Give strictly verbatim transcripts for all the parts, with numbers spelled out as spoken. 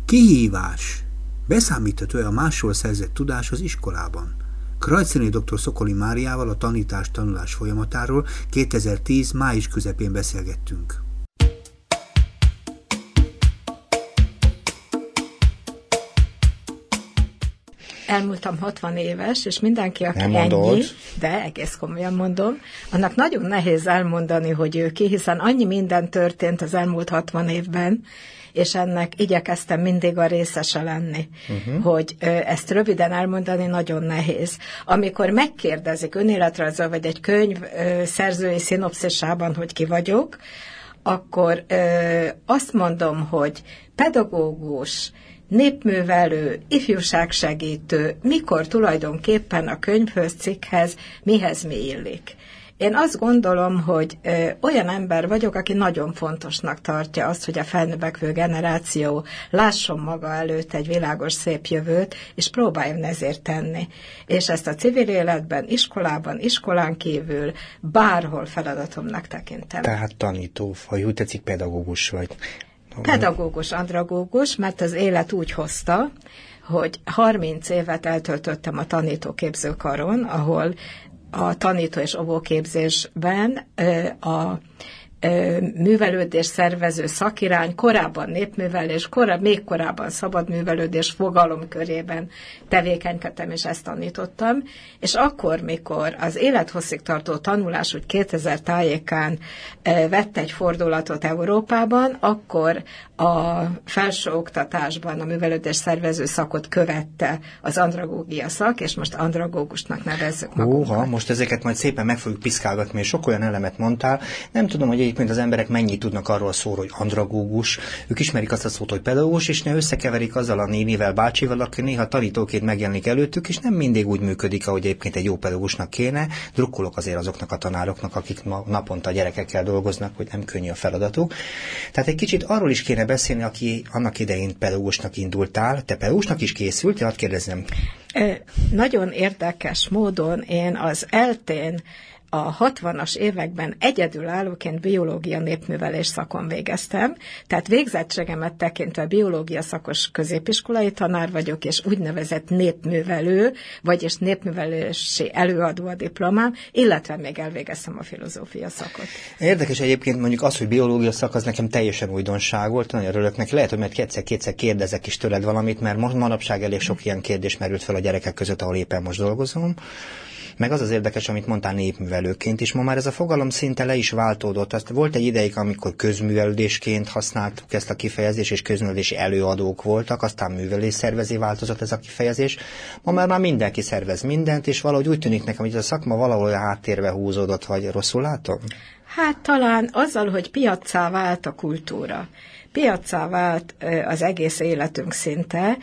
Kihívás. Beszámítható a másról szerzett tudás az iskolában. Krajcéni dr. Szokoli Máriával a tanítás-tanulás folyamatáról kétezer-tíz. május közepén beszélgettünk. Elmúltam hatvan éves, és mindenki, aki Nem ennyi, mondod. de egész komolyan mondom, annak nagyon nehéz elmondani, hogy ő ki, hiszen annyi minden történt az elmúlt hatvan évben, és ennek igyekeztem mindig a részese lenni, uh-huh. hogy ö, ezt röviden elmondani nagyon nehéz. Amikor megkérdezik önéletrajzol, vagy egy könyv ö, szerzői szinopszisában, hogy ki vagyok, akkor ö, azt mondom, hogy pedagógus, népművelő, ifjúságsegítő, mikor tulajdonképpen a könyvhöz, cikkhez, mihez mi illik. Én azt gondolom, hogy ö, olyan ember vagyok, aki nagyon fontosnak tartja azt, hogy a felnövekvő generáció lásson maga előtt egy világos, szép jövőt, és próbáljon ezért tenni. És ezt a civil életben, iskolában, iskolán kívül, bárhol feladatomnak tekintem. Tehát tanító, vagy úgy tetszik, pedagógus vagy. Pedagógus, andragógus, mert az élet úgy hozta, hogy harminc évet eltöltöttem a tanítóképzőkaron, ahol a tanító- és óvóképzésben a művelődés szervező szakirány, korábban népművelés, korábban, még korábban szabadművelődés fogalomkörében tevékenykedtem, és ezt tanítottam, és akkor, mikor az élethosszig tartó tanulás úgy kétezer tájékán vett egy fordulatot Európában, akkor a felsőoktatásban a művelődés szervező szakot követte az andragógia szak, és most andragógusnak nevezzük magunkat. Óha, most ezeket majd szépen meg fogjuk piszkálgatni, mert sok olyan elemet mondtál. Nem tudom, hogy egyébként az emberek mennyit tudnak arról szólni, hogy andragógus. Ők ismerik azt a szót, hogy pedagógus, és ne összekeverik azzal a nénivel, bácsival, aki néha tanítóként megjelenik előttük, és nem mindig úgy működik, ahogy egyébként egy jó pedagógusnak kéne. Drukkolok azért azoknak a tanároknak, akik ma naponta gyerekekkel dolgoznak, hogy nem könnyű a feladatuk. Tehát egy kicsit arról is kéne beszélni, aki annak idején pedagógusnak indultál. Te pedagógusnak is készültél? Hadd kérdezzem. Nagyon érdekes módon én az eltén a hatvanas években egyedülállóként biológia népművelés szakon végeztem, tehát végzettségemet tekintve biológia szakos középiskolai tanár vagyok, és úgynevezett népművelő, vagyis népművelési előadó a diplomám, illetve még elvégeztem a filozófia szakot. Érdekes egyébként mondjuk az, hogy biológia szak, az nekem teljesen újdonság volt, nagyon örülök neki. Lehet, hogy majd kétszer-kétszer kérdezek is tőled valamit, mert most manapság elég sok ilyen kérdés merült fel a gyerekek között, ahol éppen most dolgozom. Meg az az érdekes, amit mondtál népművelőként is. Ma már ez a fogalom szinte le is váltódott. Azt volt egy ideig, amikor közművelődésként használtuk ezt a kifejezést, és közművelési előadók voltak, aztán művelésszervezé változott ez a kifejezés. Ma már, már mindenki szervez mindent, és valahogy úgy tűnik nekem, hogy ez a szakma valahol a háttérbe húzódott, vagy rosszul látom? Hát talán azzal, hogy piaccá vált a kultúra. Piaccá vált az egész életünk szinte,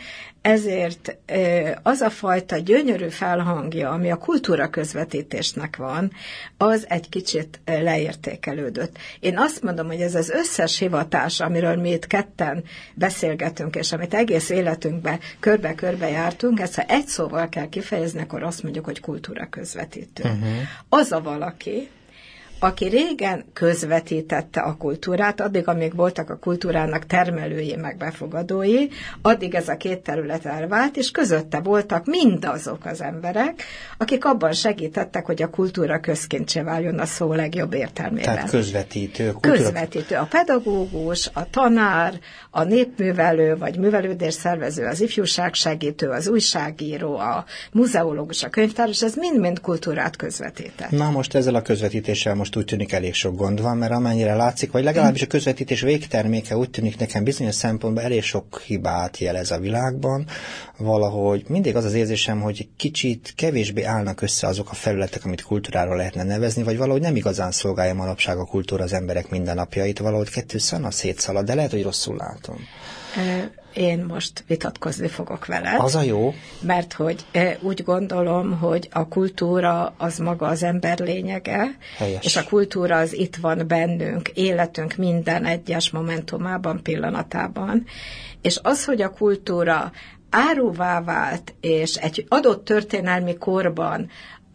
ezért az a fajta gyönyörű felhangja, ami a kultúra közvetítésnek van, az egy kicsit leértékelődött. Én azt mondom, hogy ez az összes hivatás, amiről mi itt ketten beszélgetünk, és amit egész életünkben körbe-körbe jártunk, ezt ha egy szóval kell kifejezni, akkor azt mondjuk, hogy kultúra közvetítő. Uh-huh. Az a valaki, aki régen közvetítette a kultúrát, addig, amíg voltak a kultúrának termelői, meg befogadói, addig ez a két terület elvált, és közötte voltak mindazok az emberek, akik abban segítettek, hogy a kultúra közkincsé váljon a szó legjobb értelmében. Tehát közvetítő. Kultúra... Közvetítő. A pedagógus, a tanár, a népművelő, vagy művelődésszervező, az ifjúságsegítő, az újságíró, a muzeológus, a könyvtáros, ez mind-mind kultúrát közvetített. Na most ezzel a közvetítéssel most úgy tűnik elég sok gond van, mert amennyire látszik, vagy legalábbis a közvetítés végterméke úgy tűnik nekem bizonyos szempontból elég sok hibát jelez a világban. Valahogy mindig az az érzésem, hogy kicsit kevésbé állnak össze azok a felületek, amit kultúráról lehetne nevezni, vagy valahogy nem igazán szolgálja manapság a kultúra az emberek mindennapjait, valahogy kettő szana szétszalad, de lehet, hogy rosszul látom. Én most vitatkozni fogok veled. Az a jó. Mert hogy úgy gondolom, hogy a kultúra az maga az ember lényege, Helyes. És a kultúra az itt van bennünk, életünk minden egyes momentumában, pillanatában. És az, hogy a kultúra áruvá vált, és egy adott történelmi korban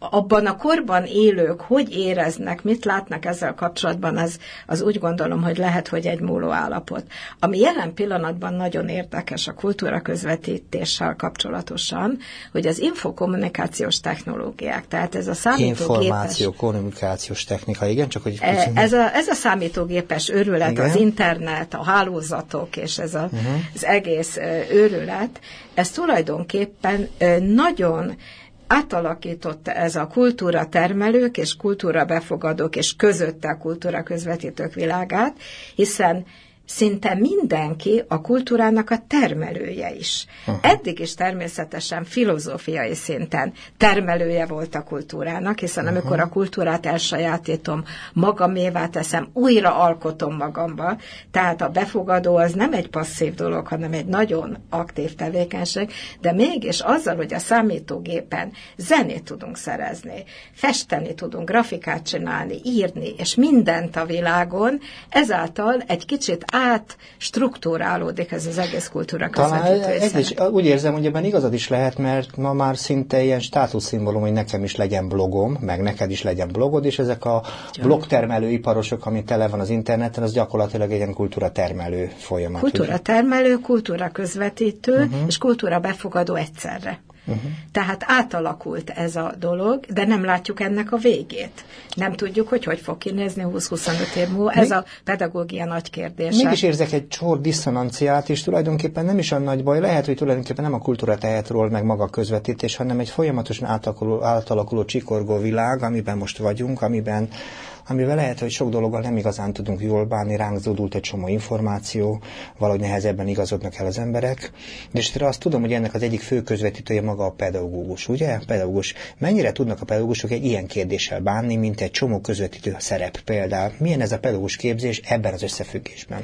abban a korban élők hogy éreznek, mit látnak ezzel kapcsolatban, az, az úgy gondolom, hogy lehet, hogy egy múló állapot. Ami jelen pillanatban nagyon érdekes a kultúra közvetítéssel kapcsolatosan, hogy az infokommunikációs technológiák, tehát ez a számítógépes... Információ, kommunikációs technika, igen, csak hogy... Ez a, ez a számítógépes őrület, igen? Az internet, a hálózatok, és ez a, uh-huh. az egész őrület, ez tulajdonképpen nagyon átalakította ez a kultúra termelők és kultúra befogadók és közötte a kultúra közvetítők világát, hiszen szinte mindenki a kultúrának a termelője is. Uh-huh. Eddig is természetesen filozófiai szinten termelője volt a kultúrának, hiszen uh-huh. amikor a kultúrát elsajátítom, magamévá teszem, újra alkotom magamba, tehát a befogadó az nem egy passzív dolog, hanem egy nagyon aktív tevékenység, de mégis azzal, hogy a számítógépen zenét tudunk szerezni, festeni tudunk, grafikát csinálni, írni, és mindent a világon, ezáltal egy kicsit át struktúrálódik ez az egész kultúra közvetítői. Úgy érzem, hogy ebben igazad is lehet, mert ma már szinte ilyen státuszszimbólum, hogy nekem is legyen blogom, meg neked is legyen blogod, és ezek a blogtermelő iparosok, ami tele van az interneten, az gyakorlatilag egy ilyen kultúra termelő folyamat. Kultúra termelő, kultúra közvetítő, uh-huh. és kultúra befogadó egyszerre. Uh-huh. Tehát átalakult ez a dolog, de nem látjuk ennek a végét. Nem tudjuk, hogy hogy fog kinézni húsz-huszonöt év múlva. Ez Még, a pedagógia nagy kérdése. Mégis érzek egy csor diszonanciát, és tulajdonképpen nem is a nagy baj. Lehet, hogy tulajdonképpen nem a kultúra tehet róla, meg maga a közvetítés, hanem egy folyamatosan átalakuló, átalakuló csikorgó világ, amiben most vagyunk, amiben amivel lehet, hogy sok dologgal nem igazán tudunk jól bánni, ránk zódult egy csomó információ, valahogy nehezebben igazodnak el az emberek. És azt tudom, hogy ennek az egyik fő közvetítője maga a pedagógus, ugye? Pedagógus. Mennyire tudnak a pedagógusok egy ilyen kérdéssel bánni, mint egy csomó közvetítő szerep például? Milyen ez a pedagógus képzés ebben az összefüggésben?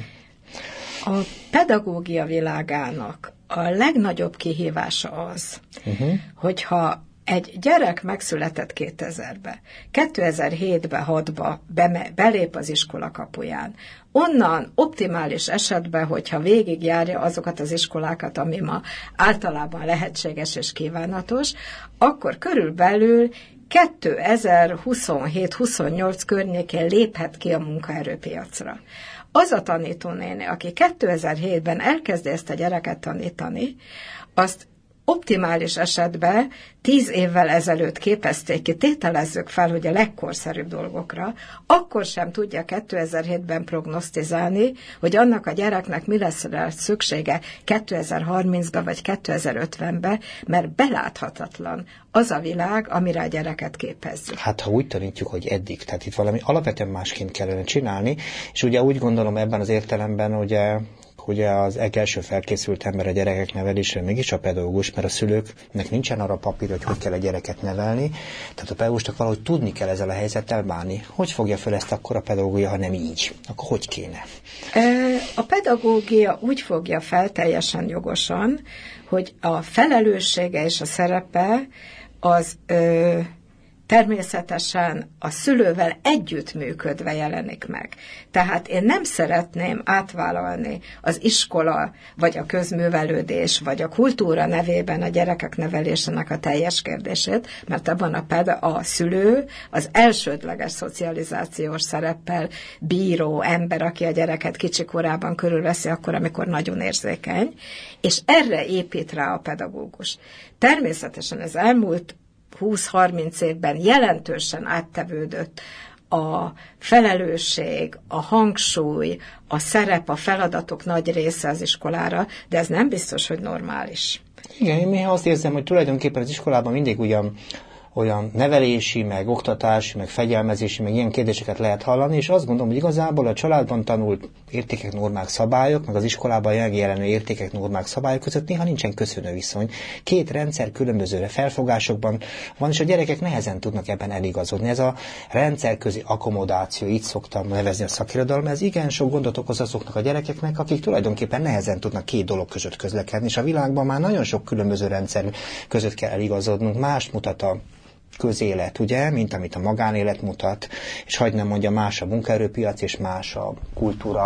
A pedagógia világának a legnagyobb kihívása az, uh-huh. hogyha egy gyerek megszületett kétezerbe, kétezer-hétbe, hatba belép az iskola kapuján. Onnan optimális esetben, hogyha végigjárja azokat az iskolákat, ami ma általában lehetséges és kívánatos, akkor körülbelül kétezer-huszonhét-huszonnyolc környékén léphet ki a munkaerőpiacra. Az a tanítónéni, aki kétezer-hétben elkezdi ezt a gyereket tanítani, azt optimális esetben tíz évvel ezelőtt képezték ki, tételezzük fel, hogy a legkorszerűbb dolgokra, akkor sem tudja kétezer-hétben prognosztizálni, hogy annak a gyereknek mi lesz rá szüksége kétezer-harmincba vagy kétezer-ötvenbe, mert beláthatatlan az a világ, amire a gyereket képezzük. Hát ha úgy tanítjuk, hogy eddig, tehát itt valami alapvetően másként kellene csinálni, és ugye úgy gondolom ebben az értelemben, ugye ugye az legelső felkészült ember a gyerekek nevelésre mégis a pedagógus, mert a szülőknek nincsen arra papír, hogy hogy kell a gyereket nevelni, tehát a pedagógusnak valahogy tudni kell ezzel a helyzettel bánni. Hogy fogja fel ezt akkor a pedagógia, ha nem így? Akkor hogy kéne? A pedagógia úgy fogja fel teljesen jogosan, hogy a felelőssége és a szerepe az ö, természetesen a szülővel együttműködve jelenik meg. Tehát én nem szeretném átvállalni az iskola, vagy a közművelődés, vagy a kultúra nevében a gyerekek nevelésének a teljes kérdését, mert abban a, peda- a szülő az elsődleges szocializációs szereppel bíró ember, aki a gyereket kicsi korában körülveszi, akkor, amikor nagyon érzékeny, és erre épít rá a pedagógus. Természetesen az elmúlt húsz-harminc évben jelentősen áttevődött a felelősség, a hangsúly, a szerep, a feladatok nagy része az iskolára, de ez nem biztos, hogy normális. Igen, én néha azt érzem, hogy tulajdonképpen az iskolában mindig ugyan olyan nevelési, meg oktatási, meg fegyelmezési, meg ilyen kérdéseket lehet hallani, és azt gondolom, hogy igazából a családban tanult értékek, normák, szabályok, meg az iskolában megjelenő értékek, normák, szabályok között néha nincsen köszönő viszony. Két rendszer különböző felfogásokban van, és a gyerekek nehezen tudnak ebben eligazodni. Ez a rendszerközi akkomodáció, így szoktam nevezni a szakirodalom, ez igen sok gondot okoz azoknak a gyerekeknek, akik tulajdonképpen nehezen tudnak két dolog között közlekedni, és a világban már nagyon sok különböző rendszer között kell eligazodnunk. Más mutat a közélet, ugye, mint amit a magánélet mutat, és hagyd nem mondja, más a munkaerőpiac, és más a kultúra,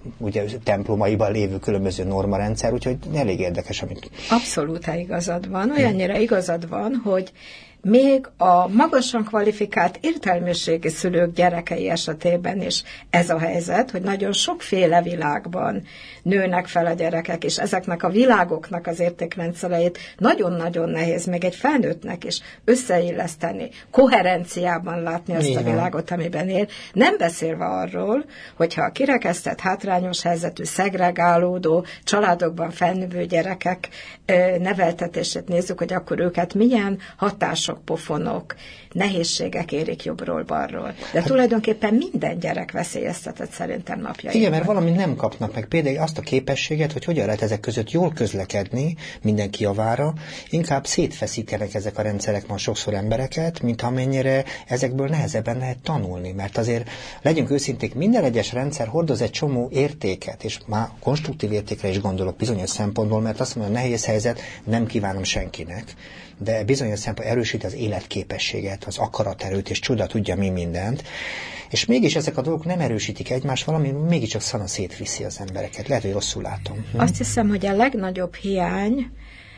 ugye templomaiban lévő különböző normarendszer, úgyhogy elég érdekes, amit... Abszolút igazad van. Olyannyira igazad van, hogy még a magasan kvalifikált értelmiségi szülők gyerekei esetében is ez a helyzet, hogy nagyon sokféle világban nőnek fel a gyerekek, és ezeknek a világoknak az értékrendszereit nagyon-nagyon nehéz még egy felnőttnek is összeilleszteni, koherenciában látni azt Igen. a világot, amiben él. Nem beszélve arról, hogyha a kirekesztett, hátrányos helyzetű, szegregálódó családokban felnövő gyerekek neveltetését nézzük, hogy akkor őket milyen hatások, pofonok, nehézségek érik jobbról-balról. De hát, tulajdonképpen minden gyerek veszélyeztetett szerintem napjainkban. Igen, mert valami nem kapnak meg például azt a képességet, hogy hogyan lehet ezek között jól közlekedni mindenki javára, inkább szétfeszítenek ezek a rendszerek ma sokszor embereket, mint amennyire ezekből nehezebben lehet tanulni. Mert azért legyünk őszinték, minden egyes rendszer hordoz egy csomó értéket, és már konstruktív értékre is gondolok bizonyos szempontból, mert azt mondom, a nehéz helyzet nem kívánom senkinek, de bizonyos szempontból erősíti az életképességet, az akaraterőt, és csoda tudja mi mindent. És mégis ezek a dolgok nem erősítik egymást, valami mégiscsak szana szétviszi az embereket. Lehet, hogy rosszul látom. Hm? Azt hiszem, hogy a legnagyobb hiány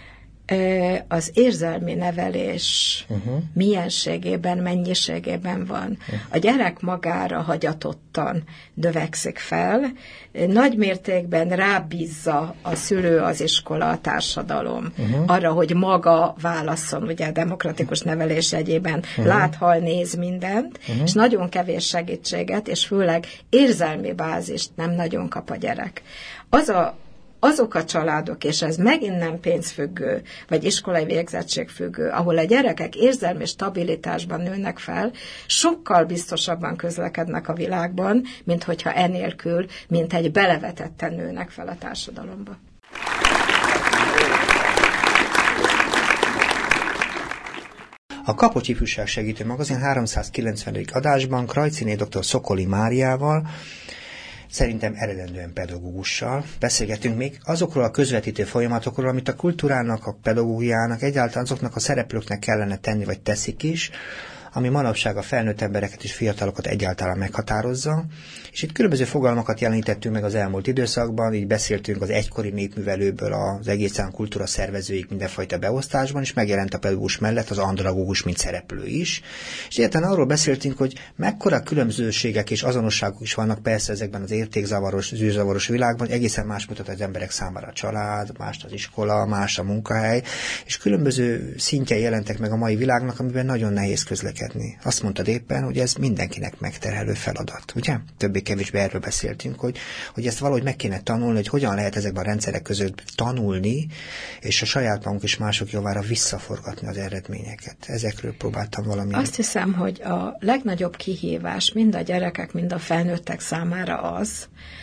az érzelmi nevelés uh-huh. mienségében, mennyiségében van. Uh-huh. A gyerek magára hagyatottan növekszik fel, nagy mértékben rábízza a szülő, az iskola, a társadalom uh-huh. arra, hogy maga válasszon, ugye a demokratikus nevelés jegyében uh-huh. lát, hall, néz mindent, uh-huh. és nagyon kevés segítséget, és főleg érzelmi bázist nem nagyon kap a gyerek. Az a Azok a családok, és ez megint nem pénzfüggő, vagy iskolai végzettségfüggő, ahol a gyerekek érzelmi stabilitásban nőnek fel, sokkal biztosabban közlekednek a világban, mint hogyha enélkül, mint egy belevetetten nőnek fel a társadalomba. A Kapocs Ifjúság Segítő Magazin háromszázkilencvenedik adásban Krajciné dr. Szokoli Máriával, szerintem eredendően pedagógussal beszélgetünk még azokról a közvetítő folyamatokról, amit a kultúrának, a pedagógiának, egyáltalán azoknak a szereplőknek kellene tenni, vagy teszik is, ami manapság a felnőtt embereket és fiatalokat egyáltalán meghatározza. És itt különböző fogalmakat jelenítettünk meg az elmúlt időszakban, így beszéltünk az egykori népművelőből az egészen kultúra szervezőig mindenfajta beosztásban, és megjelent a pedagógus mellett az andragógus, mint szereplő is. És egyáltalán arról beszéltünk, hogy mekkora különbözőségek és azonosságok is vannak persze ezekben az értékzavaros, zűrzavaros világban, hogy egészen más mutat az emberek számára a család, más az iskola, más a munkahely, és különböző szintjei jelentek meg a mai világnak, amiben nagyon nehéz közlekedni. Azt mondtad éppen, hogy ez mindenkinek megterhelő feladat, ugye? Többé-kevésbé erről beszéltünk, hogy, hogy ezt valahogy meg kéne tanulni, hogy hogyan lehet ezekben a rendszerek között tanulni, és a saját magunk és mások javára visszaforgatni az eredményeket. Ezekről próbáltam valami. Azt hiszem, hogy a legnagyobb kihívás mind a gyerekek, mind a felnőttek számára az,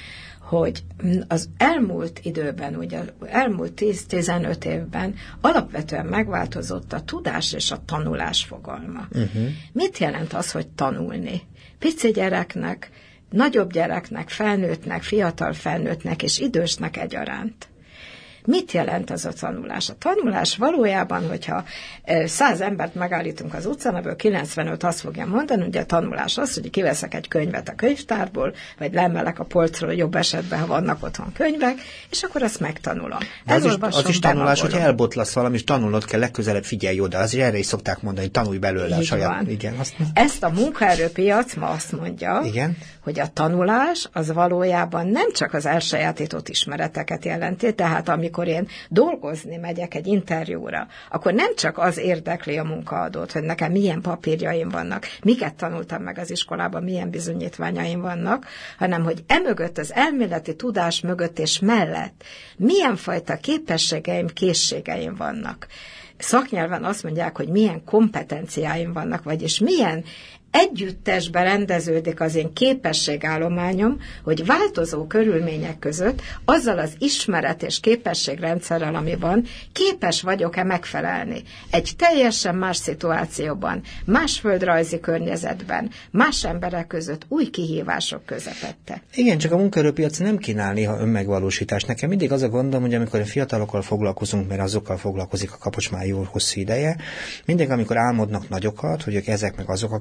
hogy az elmúlt időben, ugye elmúlt tíz-tizenöt évben alapvetően megváltozott a tudás és a tanulás fogalma. Uh-huh. Mit jelent az, hogy tanulni? Pici gyereknek, nagyobb gyereknek, felnőttnek, fiatal felnőttnek és idősnek egyaránt. Mit jelent az a tanulás? A tanulás valójában, hogyha száz embert megállítunk az utcán, ebből kilencvenöt azt fogja mondani, hogy a tanulás az, hogy kiveszek egy könyvet a könyvtárból, vagy leemelek a polcról, jobb esetben, ha vannak otthon könyvek, és akkor azt megtanulom. Az is, az is tanulás, hogy elbotlasz valami, és tanulnod kell, legközelebb figyelj oda. Azért erre is szokták mondani, hogy tanulj belőle. A saját. Igen, azt... Ezt a munkaerőpiac ma azt mondja, igen? Hogy a tanulás az valójában nem csak az elsajátított ismereteket jelenti, tehát amikor én dolgozni megyek egy interjúra, akkor nem csak az érdekli a munkaadót, hogy nekem milyen papírjaim vannak, miket tanultam meg az iskolában, milyen bizonyítványaim vannak, hanem hogy emögött, az elméleti tudás mögött és mellett milyen fajta képességeim, készségeim vannak. Szaknyelven azt mondják, hogy milyen kompetenciáim vannak, vagyis milyen együttesben rendeződik az én képességállományom, hogy változó körülmények között azzal az ismeret és képességrendszerrel, ami van, képes vagyok-e megfelelni. Egy teljesen más szituációban, más földrajzi környezetben, más emberek között, új kihívások közepette. Igen, csak a munkaerőpiac nem kínál néha önmegvalósítást. Nekem mindig az a gondom, hogy amikor a fiatalokkal foglalkozunk, mert azokkal foglalkozik a Kapocs már jó hosszú ideje, mindig amikor álmodnak nagyokat, hogy ők ezek meg azok akarnak lenni,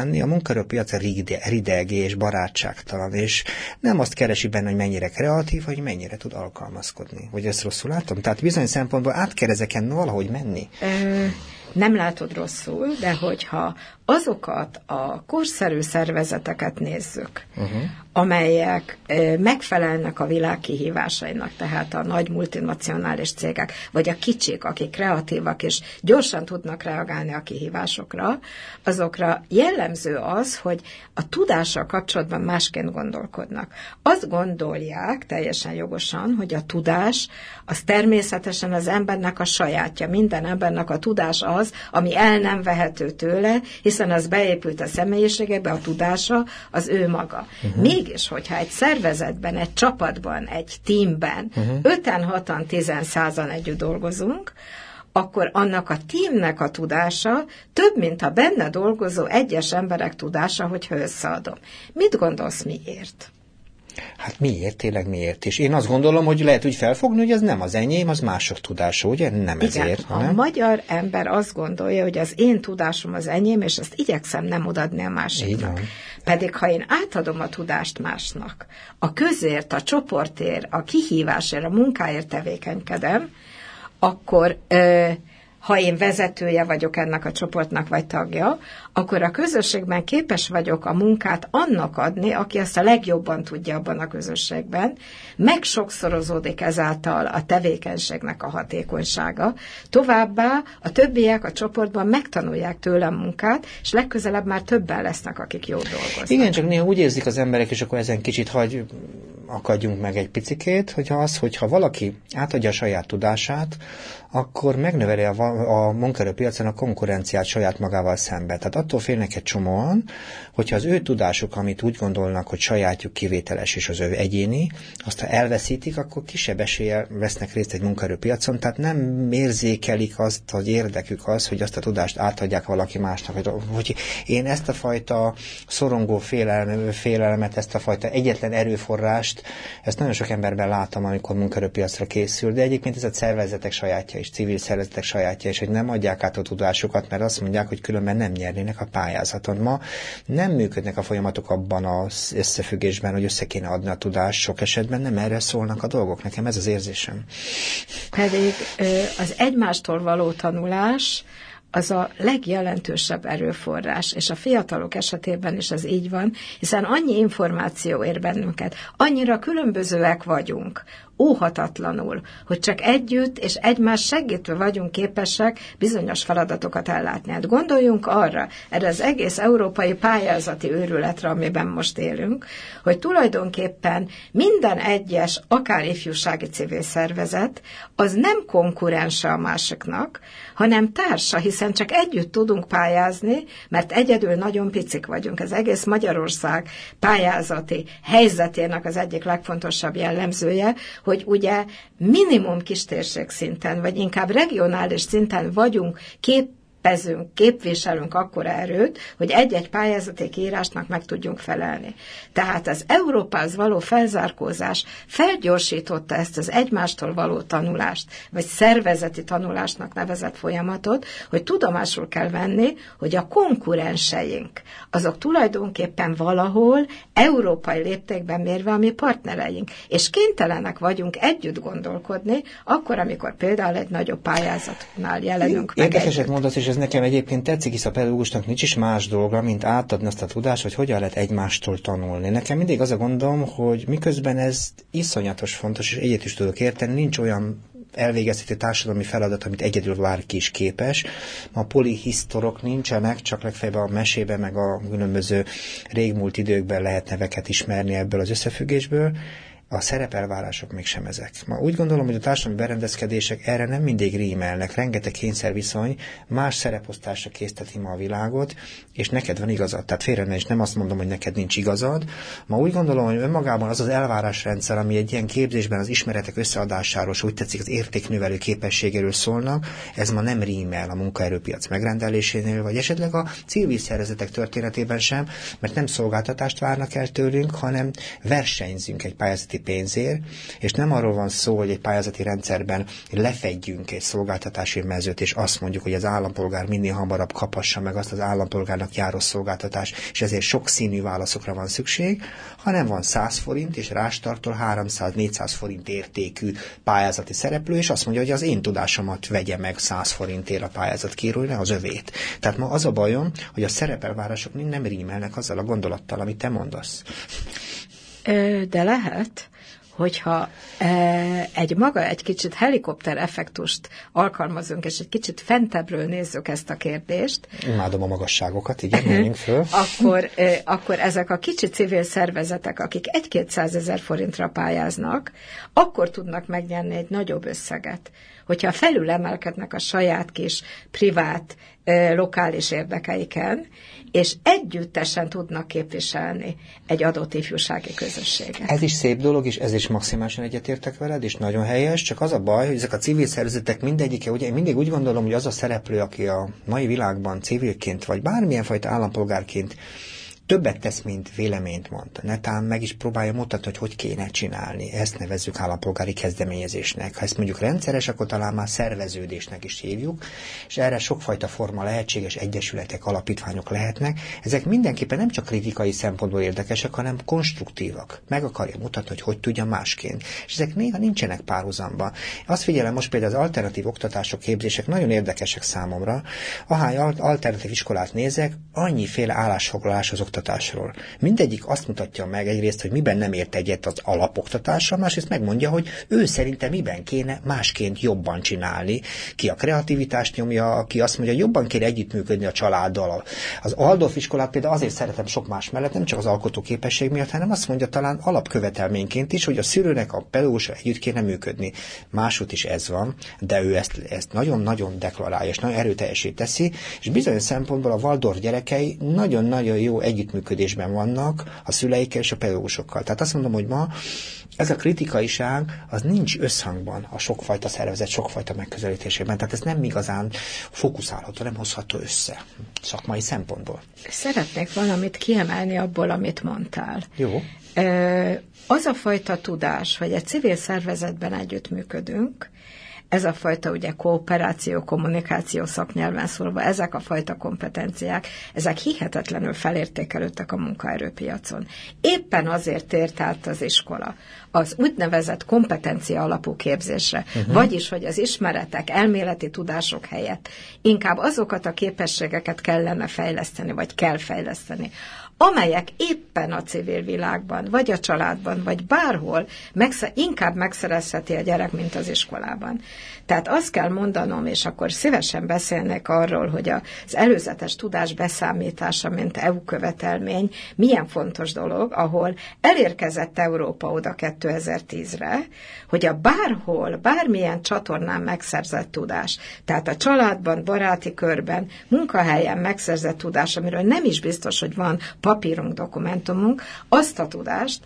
lenni, a munkaerőpiac rideg és barátságtalan, és nem azt keresi benne, hogy mennyire kreatív, hogy mennyire tud alkalmazkodni. Vagy ezt rosszul látom? Tehát bizonyos szempontból át kell ezeken valahogy menni. Ö, nem látod rosszul, de hogyha azokat a korszerű szervezeteket nézzük, uh-huh. amelyek ö, megfelelnek a világ kihívásainak, tehát a nagy multinacionális cégek, vagy a kicsik, akik kreatívak és gyorsan tudnak reagálni a kihívásokra, azokra jellemző az, hogy a tudással kapcsolatban másként gondolkodnak. Azt gondolják teljesen jogosan, hogy a tudás az természetesen az embernek a sajátja. Minden embernek a tudás az, ami el nem vehető tőle, hiszen az beépült a személyiségebe, a tudása az ő maga. Uh-huh. Mégis, hogyha egy szervezetben, egy csapatban, egy teamben uh-huh. öten, hatan, tizen, százan együtt dolgozunk, akkor annak a teamnek a tudása több, mint a benne dolgozó egyes emberek tudása, hogyha összeadom. Mit gondolsz, miért? Hát miért, tényleg miért? És én azt gondolom, hogy lehet úgy felfogni, hogy ez nem az enyém, az mások tudása, ugye? Nem igen, ezért, hanem... a magyar ember azt gondolja, hogy az én tudásom az enyém, és ezt igyekszem nem odaadni a másiknak. Pedig ha én átadom a tudást másnak, a közért, a csoportért, a kihívásért, a munkáért tevékenykedem, akkor... Ö, ha én vezetője vagyok ennek a csoportnak, vagy tagja, akkor a közösségben képes vagyok a munkát annak adni, aki azt a legjobban tudja abban a közösségben, meg sokszorozódik ezáltal a tevékenységnek a hatékonysága. Továbbá a többiek a csoportban megtanulják tőlem munkát, és legközelebb már többen lesznek, akik jól dolgoznak. Igen, csak néha úgy érzik az emberek, és akkor ezen kicsit hagy akadjunk meg egy picikét, hogyha az, hogyha valaki átadja a saját tudását, akkor megnöveli a, a munkaerőpiacon a konkurenciát saját magával szemben. Tehát attól félnek egy csomóan, hogyha az ő tudásuk, amit úgy gondolnak, hogy sajátjuk kivételes és az ő egyéni, azt ha elveszítik, akkor kisebb eséllyel vesznek részt egy munkaerőpiacon, tehát nem érzékelik azt, hogy érdekük az, hogy azt a tudást átadják valaki másnak. Hogy, hogy én ezt a fajta szorongó félelem, félelmet, ezt a fajta egyetlen erőforrást, ezt nagyon sok emberben látom, amikor munkaerőpiacra készül, de egyébként ez a szervezetek sajátja és civil szervezetek sajátja, és hogy nem adják át a tudásukat, mert azt mondják, hogy különben nem nyernének a pályázaton. Ma nem működnek a folyamatok abban az összefüggésben, hogy össze kéne adni a tudást, sok esetben nem erre szólnak a dolgok. Nekem ez az érzésem. Pedig az egymástól való tanulás az a legjelentősebb erőforrás, és a fiatalok esetében is ez így van, hiszen annyi információ ér bennünket, annyira különbözőek vagyunk, óhatatlanul, hogy csak együtt és egymás segítve vagyunk képesek bizonyos feladatokat ellátni. Hát gondoljunk arra, erre az egész európai pályázati őrületre, amiben most élünk, hogy tulajdonképpen minden egyes, akár ifjúsági civil szervezet, az nem konkurense a másiknak, hanem társa, hiszen csak együtt tudunk pályázni, mert egyedül nagyon picik vagyunk. Az egész Magyarország pályázati helyzetének az egyik legfontosabb jellemzője, hogy ugye minimum kistérség szinten, vagy inkább regionális szinten vagyunk kép képezünk, képviselünk akkora erőt, hogy egy-egy pályázati kiírásnak meg tudjunk felelni. Tehát az Európához való felzárkózás felgyorsította ezt az egymástól való tanulást, vagy szervezeti tanulásnak nevezett folyamatot, hogy tudomásul kell venni, hogy a konkurenseink, azok tulajdonképpen valahol európai léptékben mérve a mi partnereink, és kénytelenek vagyunk együtt gondolkodni, akkor, amikor például egy nagyobb pályázatnál jelenünk meg. Érdekeset mondasz, és ez nekem egyébként tetszik, hisz a pedagógusnak nincs is más dolga, mint átadni azt a tudást, hogy hogyan lehet egymástól tanulni. Nekem mindig az a gondom, hogy miközben ez iszonyatos fontos, és egyet is tudok érteni, nincs olyan elvégezhető társadalmi feladat, amit egyedül bárki is képes. A polihisztorok nincsenek, csak legfeljebb a mesében, meg a különböző régmúlt időkben lehet neveket ismerni ebből az összefüggésből. A szerepelvárások mégsem ezek. Ma úgy gondolom, hogy a társadalmi berendezkedések erre nem mindig rímelnek. Rengeteg kényszerviszony más szereposztásra készteti ma a világot, és neked van igazad. Tehát félre ne, és nem azt mondom, hogy neked nincs igazad. Ma úgy gondolom, hogy önmagában az az elvárásrendszer, ami egy ilyen képzésben az ismeretek összeadásáról, úgy tetszik, az értéknövelő képességéről szólnak, ez ma nem rímel a munkaerőpiac megrendelésénél, vagy esetleg a civil szervezetek történetében sem, mert nem szolgáltatást várnak el tőlünk, hanem versenyzünk egy pályázati pénzért, és nem arról van szó, hogy egy pályázati rendszerben lefedjünk egy szolgáltatási mezőt, és azt mondjuk, hogy az állampolgár minél hamarabb kaphassa meg azt az állampolgárnak járó szolgáltatást, és ezért sokszínű válaszokra van szükség, hanem van száz forint, és rástartol háromszáz-négyszáz forint értékű pályázati szereplő, és azt mondja, hogy az én tudásomat vegye meg száz forintért a pályázat kiírója, az övét. Tehát ma az a bajom, hogy a szerepelvárások mind nem rímelnek azzal a gondolattal, amit te mondasz. De lehet, hogyha egy maga, egy kicsit helikopter effektust alkalmazunk, és egy kicsit fentebbről nézzük ezt a kérdést. Imádom a magasságokat, igen, menjünk föl. Akkor, akkor ezek a kicsi civil szervezetek, akik egy-kétszázezer forintra pályáznak, akkor tudnak megnyerni egy nagyobb összeget. Hogyha felülemelkednek a saját kis privát, lokális érdekeiken, és együttesen tudnak képviselni egy adott ifjúsági közösséget. Ez is szép dolog, és ez is maximálisan egyetértek veled, és nagyon helyes, csak az a baj, hogy ezek a civil szervezetek mindegyike, ugye én mindig úgy gondolom, hogy az a szereplő, aki a mai világban civilként, vagy bármilyen fajta állampolgárként többet tesz, mint véleményt mond. Netán meg is próbálja mutatni, hogy hogy kéne csinálni. Ezt nevezzük állampolgári kezdeményezésnek. Ha ezt mondjuk rendszeres, akkor talán már szerveződésnek is hívjuk, és erre sokfajta forma lehetséges, egyesületek, alapítványok lehetnek. Ezek mindenképpen nem csak kritikai szempontból érdekesek, hanem konstruktívak. Meg akarja mutatni, hogy hogy tudja másként. És ezek néha nincsenek párhuzamban. Azt figyelem most például az alternatív oktatások, képzések nagyon érdekesek számomra. Ahány alternatív iskolát nézek, annyiféle állásfoglalás az oktatásról. Mindegyik azt mutatja meg egyrészt, hogy miben nem ért egyet az alapoktatással, másrészt megmondja, hogy ő szerinte miben kéne másként jobban csinálni. Ki a kreativitást nyomja, aki azt mondja, hogy jobban kéne együttműködni a családdal. Az Waldorf iskolát például azért szeretem sok más mellett, nem csak az alkotóképesség miatt, hanem azt mondja talán alapkövetelményként is, hogy a szülőnek a pedagógussal együtt kéne működni. Máshogy is ez van, de ő ezt, ezt nagyon-nagyon deklarálja, és nagyon erőteljessé teszi, és bizonyos szempontból a Waldorf gyerekei nagyon-nagyon jó együttműködésben vannak a szüleikkel és a pedagógusokkal. Tehát azt mondom, hogy ma ez a kritikaiság az nincs összhangban a sokfajta szervezet, sokfajta megközelítésében. Tehát ez nem igazán fókuszálható, nem hozható össze szakmai szempontból. Szeretnék valamit kiemelni abból, amit mondtál. Jó. Az a fajta tudás, hogy egy civil szervezetben együttműködünk, ez a fajta ugye kooperáció, kommunikáció szaknyelven szólva, ezek a fajta kompetenciák, ezek hihetetlenül felértékelődtek a munkaerőpiacon. Éppen azért tért át az iskola az úgynevezett kompetencia alapú képzésre, uh-huh. vagyis, hogy az ismeretek, elméleti tudások helyett inkább azokat a képességeket kellene fejleszteni, vagy kell fejleszteni, amelyek éppen a civil világban, vagy a családban, vagy bárhol megsze- inkább megszerezheti a gyerek, mint az iskolában. Tehát azt kell mondanom, és akkor szívesen beszélnek arról, hogy az előzetes tudás beszámítása, mint é u követelmény, milyen fontos dolog, ahol elérkezett Európa oda kétezer-tízre, hogy a bárhol, bármilyen csatornán megszerzett tudás, tehát a családban, baráti körben, munkahelyen megszerzett tudás, amiről nem is biztos, hogy van papírunk, dokumentumunk, azt a tudást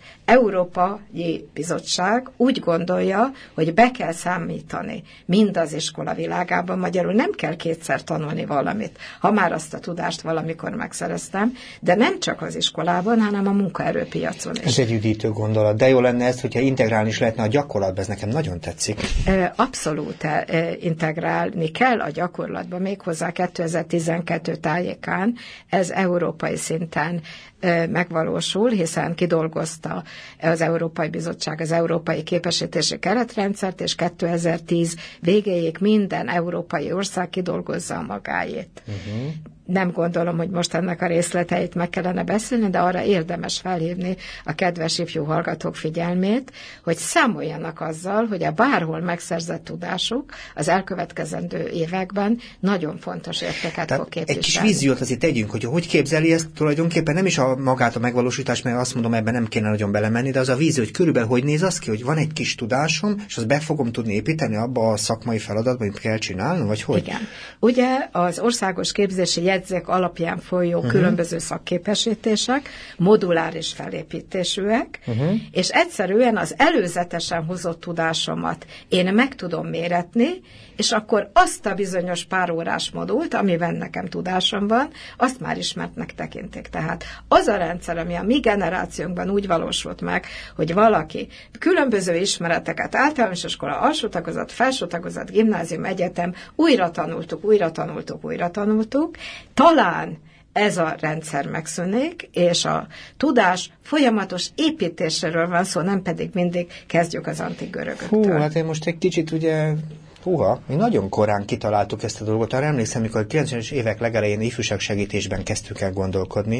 Európai Bizottság úgy gondolja, hogy be kell számítani mind az iskola világában, magyarul nem kell kétszer tanulni valamit, ha már azt a tudást valamikor megszereztem, de nem csak az iskolában, hanem a munkaerőpiacon is. Ez egy üdítő gondolat, de jó lenne ezt, hogyha integrálni is lehetne a gyakorlatban, ez nekem nagyon tetszik. Abszolút integrálni kell a gyakorlatban, méghozzá kétezer-tizenkettő tájékán, ez európai szinten megvalósul, hiszen kidolgozta az Európai Bizottság az Európai Képesítési Keretrendszert, és kétezer-tíz végéig minden európai ország kidolgozza a magáét. Uh-huh. Nem gondolom, hogy most ennek a részleteit meg kellene beszélni, de arra érdemes felhívni a kedves ifjú hallgatók figyelmét, hogy számoljanak azzal, hogy a bárhol megszerzett tudásuk az elkövetkezendő években nagyon fontos értéket fog képviselni. Egy kis víziót azért tegyünk, hogy hogy képzeli ezt tulajdonképpen nem is a magát a megvalósítás, mert azt mondom, ebben nem kéne nagyon belemenni, de az a vízió, hogy körülbelül hogy néz az ki, hogy van egy kis tudásom, és azt be fogom tudni építeni abba a szakmai feladatba, amit kell csinálnom, vagy hogy? Igen. Ugye az országos képzési jegyzék alapján folyó uh-huh. különböző szakképesítések, moduláris felépítésűek, uh-huh. és egyszerűen az előzetesen hozott tudásomat én meg tudom méretni, és akkor azt a bizonyos pár órás modult, amiben nekem tudásom van, azt már ismertnek tekintik. Tehát az a rendszer, ami a mi generációnkban úgy valósult meg, hogy valaki különböző ismereteket, általános iskola, alsó tagozat, felső tagozat, gimnázium, egyetem, újra tanultuk, újra tanultuk, újra tanultuk, talán ez a rendszer megszűnik, és a tudás folyamatos építéséről van szó, nem pedig mindig kezdjük az antik görögöktől. Hú, hát én most egy kicsit ugye... Húha, mi nagyon korán kitaláltuk ezt a dolgot. Arra emlékszem, mikor a kilencvenes évek legelején ifjúságsegítésben kezdtük el gondolkodni,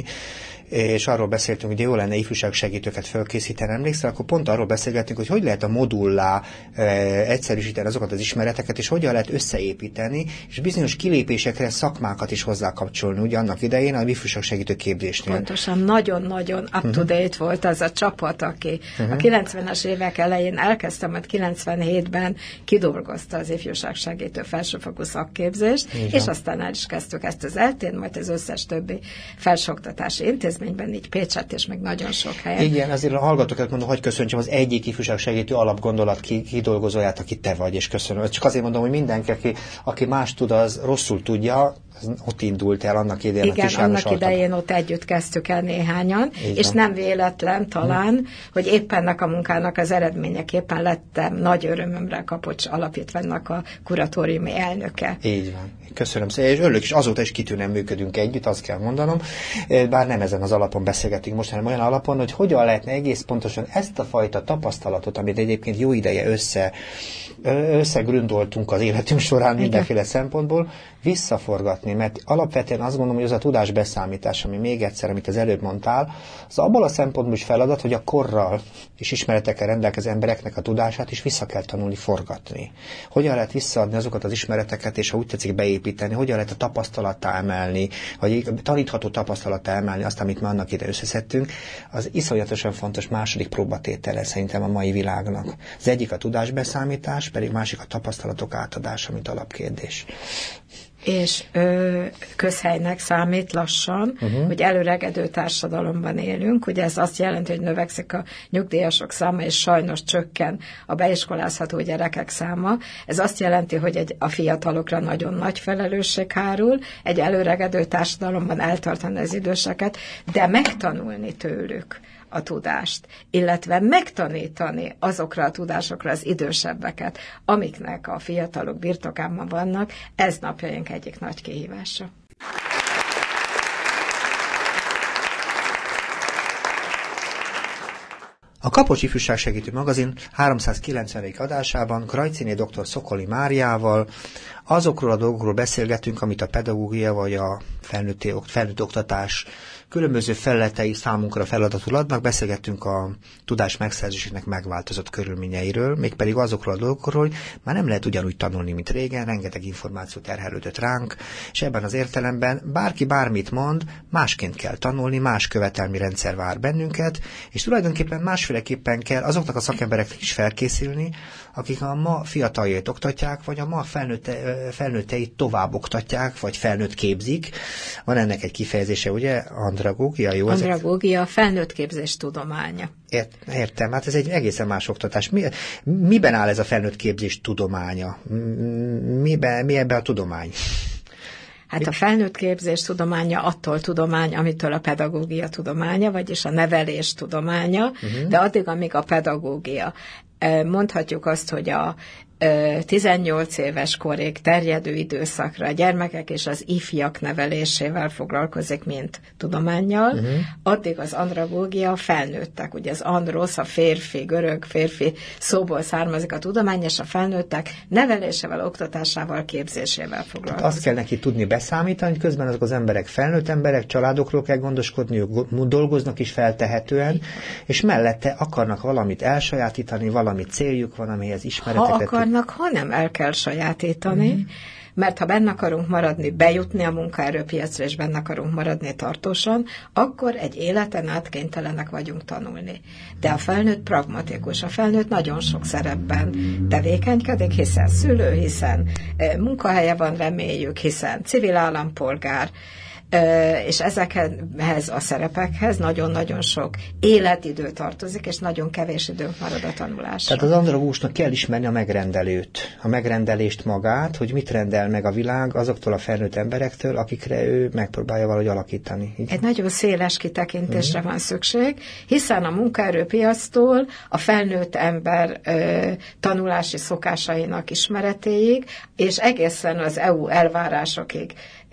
és arról beszéltünk, hogy jó lenne ifjúságsegítőket felkészíteni, emlékszel, akkor pont arról beszélgettünk, hogy hogy lehet a modullá e, egyszerűsíteni azokat az ismereteket, és hogyan lehet összeépíteni, és bizonyos kilépésekre szakmákat is hozzákapcsolni, ugye annak idején a ifjúságsegítő képzésnél. Pontosan, nagyon-nagyon up-to-date uh-huh. volt az a csapat, aki uh-huh. a kilencvenes évek elején elkezdtem, majd kilencvenhétben kidolgozta az ifjúságsegítő felsőfokú szakképzést, igen. és aztán el is kezdtük ezt az eltén, majd az összes többi felsőoktatási intézményben, így Pécset, és meg nagyon sok helyen. Igen, azért a hallgatókat mondom, hogy köszöntsem az egyik ifjúságsegítő alapgondolat kidolgozóját, aki te vagy, és köszönöm. Csak azért mondom, hogy mindenki, aki, aki más tud, az rosszul tudja, ott indult el annak idején. Igen, a annak idején ott együtt kezdtük el néhányan, így és van. Nem véletlen talán, hmm. hogy éppen ennek a munkának az eredményeképpen lettem nagy örömömre Kapocs Alapítványnak a kuratóriumi elnöke. Így van. Köszönöm szépen, és örülök, és azóta is kitűnően működünk együtt, azt kell mondanom, bár nem ezen az alapon beszélgetünk most, hanem olyan alapon, hogy hogyan lehetne egész pontosan ezt a fajta tapasztalatot, amit egyébként jó ideje össze, összegründoltunk az életünk során mindenféle igen. szempontból, visszaforgatni, mert alapvetően azt gondolom, hogy az a tudásbeszámítás, ami még egyszer, amit az előbb mondtál, az abból a szempontból is feladat, hogy a korral és ismeretekkel rendelkező embereknek a tudását is vissza kell tanulni forgatni. Hogyan lehet visszaadni azokat az ismereteket, és ha úgy tetszik beépíteni, hogyan lehet a tapasztalattá emelni, vagy tanítható tapasztalattá emelni azt, amit mi annak ide összeszedtünk, az iszonyatosan fontos második próbatétele szerintem a mai világnak. Az egyik a tudásbeszámítás, pedig másik a tapasztalatok átadása, mint alapkérdés. És ö, közhelynek számít lassan, uh-huh. hogy előregedő társadalomban élünk. Ugye ez azt jelenti, hogy növekszik a nyugdíjasok száma, és sajnos csökken a beiskolázható gyerekek száma. Ez azt jelenti, hogy egy, a fiatalokra nagyon nagy felelősség hárul, egy előregedő társadalomban eltartani az időseket, de megtanulni tőlük a tudást, illetve megtanítani azokra a tudásokra az idősebbeket, amiknek a fiatalok birtokában vannak, ez napjaink egyik nagy kihívása. A Kapocs Ifjúságsegítő magazin háromszázkilencvenedik adásában Krajcéné dr. Szokoli Máriával azokról a dolgokról beszélgetünk, amit a pedagógia vagy a felnőtt, felnőtt oktatás különböző felületei számunkra feladatul adnak. Beszélgettünk a tudás megszerzésének megváltozott körülményeiről, mégpedig azokról a dolgokról, hogy már nem lehet ugyanúgy tanulni, mint régen, rengeteg információ terhelődött ránk, és ebben az értelemben bárki bármit mond, másként kell tanulni, más követelmi rendszer vár bennünket, és tulajdonképpen másféleképpen kell azoknak a szakembereknek is felkészülni, akik a ma fiataljait oktatják, vagy a ma felnőtte, felnőtteit tovább oktatják, vagy felnőtt képzik. Van ennek egy kifejezése, ugye? Andragógia, jó? Andragógia, felnőtt képzés tudománya. Ért, értem, hát ez egy egészen más oktatás. Mi, miben áll ez a felnőtt képzés tudománya? Miben, mi ebben a tudomány? Hát a felnőtt képzés tudománya attól tudomány, amitől a pedagógia tudománya, vagyis a nevelés tudománya, uh-huh. de addig, amíg a pedagógia. Mondhatjuk azt, hogy a tizennyolc éves korig terjedő időszakra a gyermekek és az ifjak nevelésével foglalkozik, mint tudománnyal, uh-huh. addig az andragógia felnőttek. Ugye az androsz, a férfi, görög férfi szóból származik a tudomány, és a felnőttek nevelésével, oktatásával, képzésével foglalkozik. Azt kell neki tudni beszámítani, hogy közben azok az emberek felnőtt emberek, családokról kell gondoskodni, dolgoznak is feltehetően, és mellette akarnak valamit elsajátítani, valami céljuk van, amihez ismereteket... Ha akarnak, hanem el kell sajátítani, mm-hmm. mert ha benne akarunk maradni, bejutni a munkaerőpiacra, és benne akarunk maradni tartósan, akkor egy életen át kénytelenek vagyunk tanulni. De a felnőtt pragmatikus, a felnőtt nagyon sok szerepben tevékenykedik, hiszen szülő, hiszen munkahelye van, reméljük, hiszen civil állampolgár, és ezekhez a szerepekhez nagyon-nagyon sok életidő tartozik, és nagyon kevés időnk marad a tanulásra. Tehát az andragógusnak kell ismerni a megrendelőt, a megrendelést magát, hogy mit rendel meg a világ azoktól a felnőtt emberektől, akikre ő megpróbálja valahogy alakítani. Így? Egy nagyon széles kitekintésre uh-huh. van szükség, hiszen a munkaerőpiactól a felnőtt ember ö, tanulási szokásainak ismeretéig, és egészen az é u elvárásokig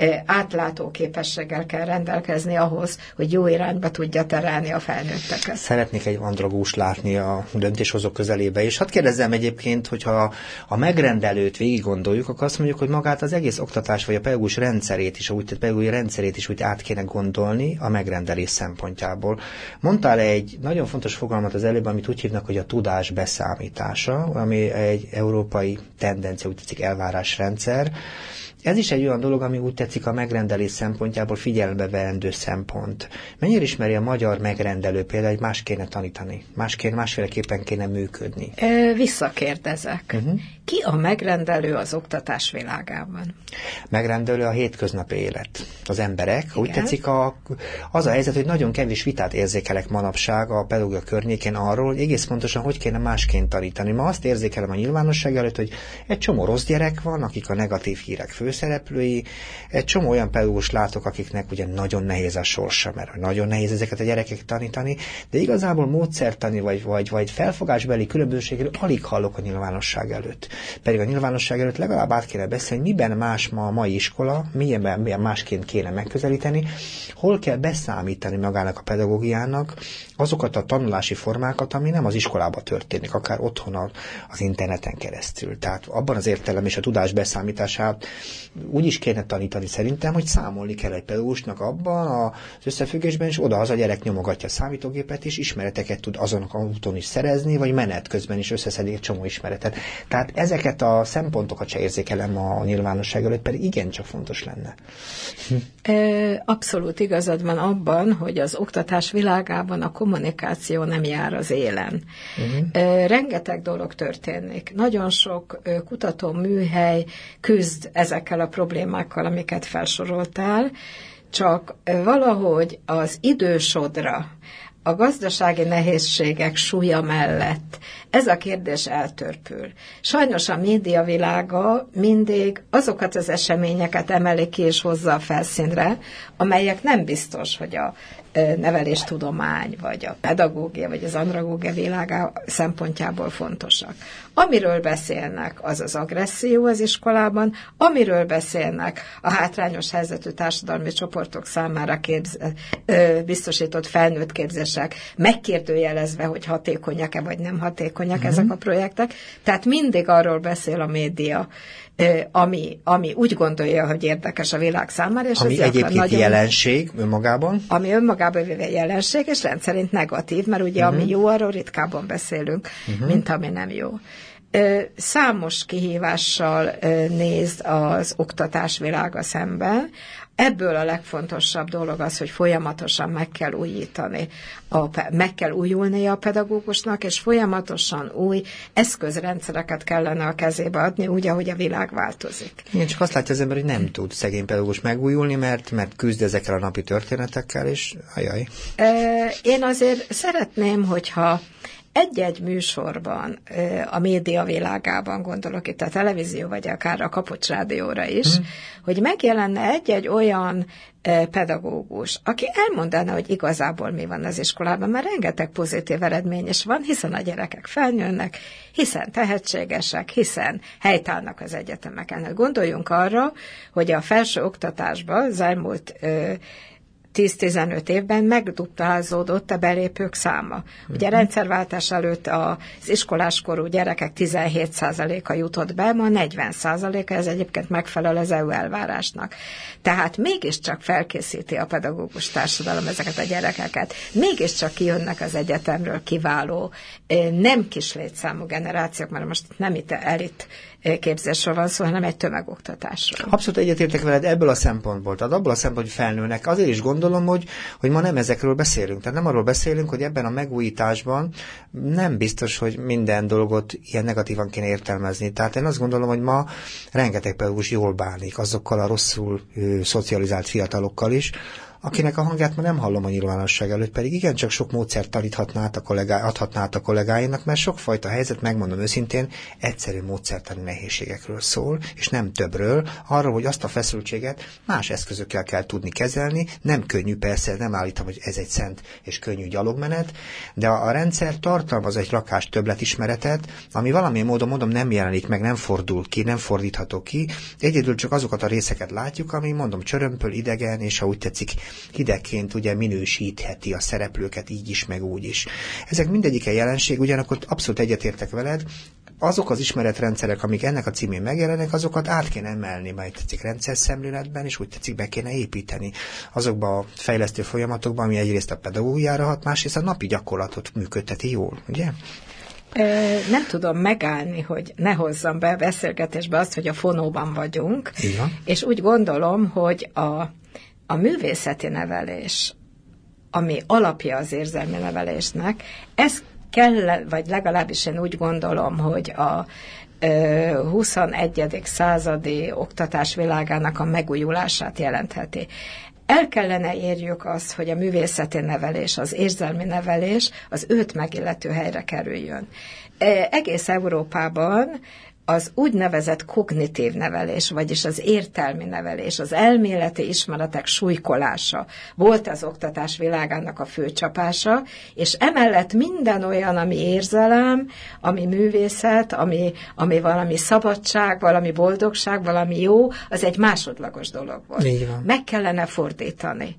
átlátó képességgel kell rendelkezni ahhoz, hogy jó irányba tudja terelni a felnőtteket. Szeretnék egy andragógust látni a döntéshozók közelébe, és hadd kérdezzem egyébként, hogyha a megrendelőt végig gondoljuk, akkor azt mondjuk, hogy magát az egész oktatás vagy a pedagógus rendszerét is, úgy, a pedagógiai rendszerét is úgy át kéne gondolni a megrendelés szempontjából. Mondtál egy nagyon fontos fogalmat az előbb, amit úgy hívnak, hogy a tudás beszámítása, ami egy európai tendencia, úgy tetszik, elvárásrendszer. Ez is egy olyan dolog, ami úgy tetszik a megrendelés szempontjából figyelembe veendő szempont. Mennyire ismeri a magyar megrendelő például, hogy más kéne tanítani, más kéne, másféleképpen kéne működni? Visszakérdezek. Uh-huh. Ki a megrendelő az oktatás világában? Megrendelő a hétköznapi élet. Az emberek. Igen. Úgy tetszik, a, az a helyzet, hogy nagyon kevés vitát érzékelek manapság a pedagógia környékén arról, hogy egész pontosan hogy kéne másként tanítani. Ma azt érzékelem a nyilvánosság előtt, hogy egy csomó rossz gyerek van, akik a negatív hírek főszereplői, egy csomó olyan pedagógus látok, akiknek ugye nagyon nehéz a sorsa, mert nagyon nehéz ezeket a gyerekek tanítani, de igazából módszertani vagy, vagy, vagy felfogásbeli különbözségről alig hallok a nyilvánosság előtt. Pedig a nyilvánosság előtt legalább át kéne beszélni, miben más ma a mai iskola, milyen, milyen másként kéne megközelíteni, hol kell beszámítani magának a pedagógiának azokat a tanulási formákat, ami nem az iskolában történik, akár otthon az interneten keresztül. Tehát abban az értelem és a tudás beszámítását úgy is kéne tanítani szerintem, hogy számolni kell egy pedagógusnak abban az összefüggésben, és oda az a gyerek nyomogatja a számítógépet, és ismereteket tud azon a úton is szerezni, vagy menet közben is összeszedik egy csomó ismeretet. Tehát ezeket a szempontokat se érzékelem a nyilvánosság előtt, pedig igencsak fontos lenne. Abszolút igazad van abban, hogy az oktatás világában a kommunikáció nem jár az élen. Uh-huh. Rengeteg dolog történik. Nagyon sok kutató műhely küzd ezekkel a problémákkal, amiket felsoroltál, csak valahogy az idősodra, a gazdasági nehézségek súlya mellett ez a kérdés eltörpül. Sajnos a média világa mindig azokat az eseményeket emeli ki és hozza a felszínre, amelyek nem biztos, hogy a neveléstudomány, vagy a pedagógia, vagy az andragógia világa szempontjából fontosak. Amiről beszélnek, az az agresszió az iskolában, amiről beszélnek a hátrányos helyzetű társadalmi csoportok számára képz, biztosított felnőtt képzések, megkérdőjelezve, hogy hatékonyak-e, vagy nem hatékonyak mm-hmm. ezek a projektek. Tehát mindig arról beszél a média, ami, ami úgy gondolja, hogy érdekes a világ számára. És ami egyébként nagyon, jelenség önmagában. Ami önmagában jelenség, és rendszerint negatív, mert ugye uh-huh. ami jó, arról ritkábban beszélünk, uh-huh. mint ami nem jó. Számos kihívással néz az oktatás világa szemben. Ebből a legfontosabb dolog az, hogy folyamatosan meg kell újítani, a, meg kell újulnia a pedagógusnak, és folyamatosan új eszközrendszereket kellene a kezébe adni, úgy, ahogy a világ változik. Igen, csak azt látja az ember, hogy nem tud szegény pedagógus megújulni, mert, mert küzd ezekkel a napi történetekkel, és ajaj. Én azért szeretném, hogyha egy-egy műsorban, a média világában, gondolok itt a televízió, vagy akár a Kapocs Rádióra is, hmm. hogy megjelenne egy-egy olyan pedagógus, aki elmondaná, hogy igazából mi van az iskolában, mert rengeteg pozitív eredmény is van, hiszen a gyerekek felnőnek, hiszen tehetségesek, hiszen helytállnak az egyetemeken. Gondoljunk arra, hogy a felső oktatásban az elmúlt tíz-tizenöt évben megduplázódott a belépők száma. Ugye rendszerváltás előtt az iskoláskorú gyerekek tizenhét százaléka jutott be, ma negyven százaléka, ez egyébként megfelel az é u elvárásnak. Tehát mégiscsak felkészíti a pedagógus társadalom ezeket a gyerekeket. Mégiscsak kijönnek az egyetemről kiváló, nem kis létszámú generációk, mert most nem itt elit képzésről van szó, hanem egy tömegoktatásról. Abszolút egyetértek veled ebből a szempontból. Tehát abból a szempontból, hogy felnőnek. Azért is gondolom, hogy, hogy ma nem ezekről beszélünk. Tehát nem arról beszélünk, hogy ebben a megújításban nem biztos, hogy minden dolgot ilyen negatívan kéne értelmezni. Tehát én azt gondolom, hogy ma rengeteg pedagógus jól bánik azokkal a rosszul ö, szocializált fiatalokkal is, akinek a hangját ma nem hallom a nyilvánosság előtt, pedig igencsak sok módszert taníthatná át a kollégá, adhatná át a kollégáinak, mert sokfajta helyzet, megmondom őszintén, egyszerű módszertani nehézségekről szól, és nem többről, arról, hogy azt a feszültséget más eszközökkel kell tudni kezelni. Nem könnyű, persze, nem állítom, hogy ez egy szent és könnyű gyalogmenet, de a, a rendszer tartalmaz egy rakás többletismeretet, ami valamilyen módon, mondom, nem jelenik meg, nem fordul ki, nem fordítható ki. Egyedül csak azokat a részeket látjuk, ami, mondom, csörömpöl, idegen, és ha úgy tetszik, hidegként ugye minősítheti a szereplőket így is, meg úgy is. Ezek mindegyike jelenség, ugyanakkor abszolút egyetértek veled, azok az ismeretrendszerek, amik ennek a címén megjelennek, azokat át kéne emelni, majd tetszik rendszer szemléletben, és úgy tetszik be kéne építeni azokba a fejlesztő folyamatokban, ami egyrészt a pedagógiára hat, másrészt a napi gyakorlatot működteti jól, ugye? Nem tudom megállni, hogy ne hozzam be a beszélgetésbe azt, hogy a fonóban vagyunk, és úgy gondolom, hogy a A művészeti nevelés, ami alapja az érzelmi nevelésnek, ez kell, vagy legalábbis én úgy gondolom, hogy a huszonegyedik századi oktatás világának a megújulását jelentheti. El kellene érjük azt, hogy a művészeti nevelés, az érzelmi nevelés az őt megillető helyre kerüljön. Egész Európában az úgynevezett kognitív nevelés, vagyis az értelmi nevelés, az elméleti ismeretek súlykolása volt az oktatás világának a főcsapása, és emellett minden olyan, ami érzelem, ami művészet, ami, ami valami szabadság, valami boldogság, valami jó, az egy másodlagos dolog volt. Meg kellene fordítani.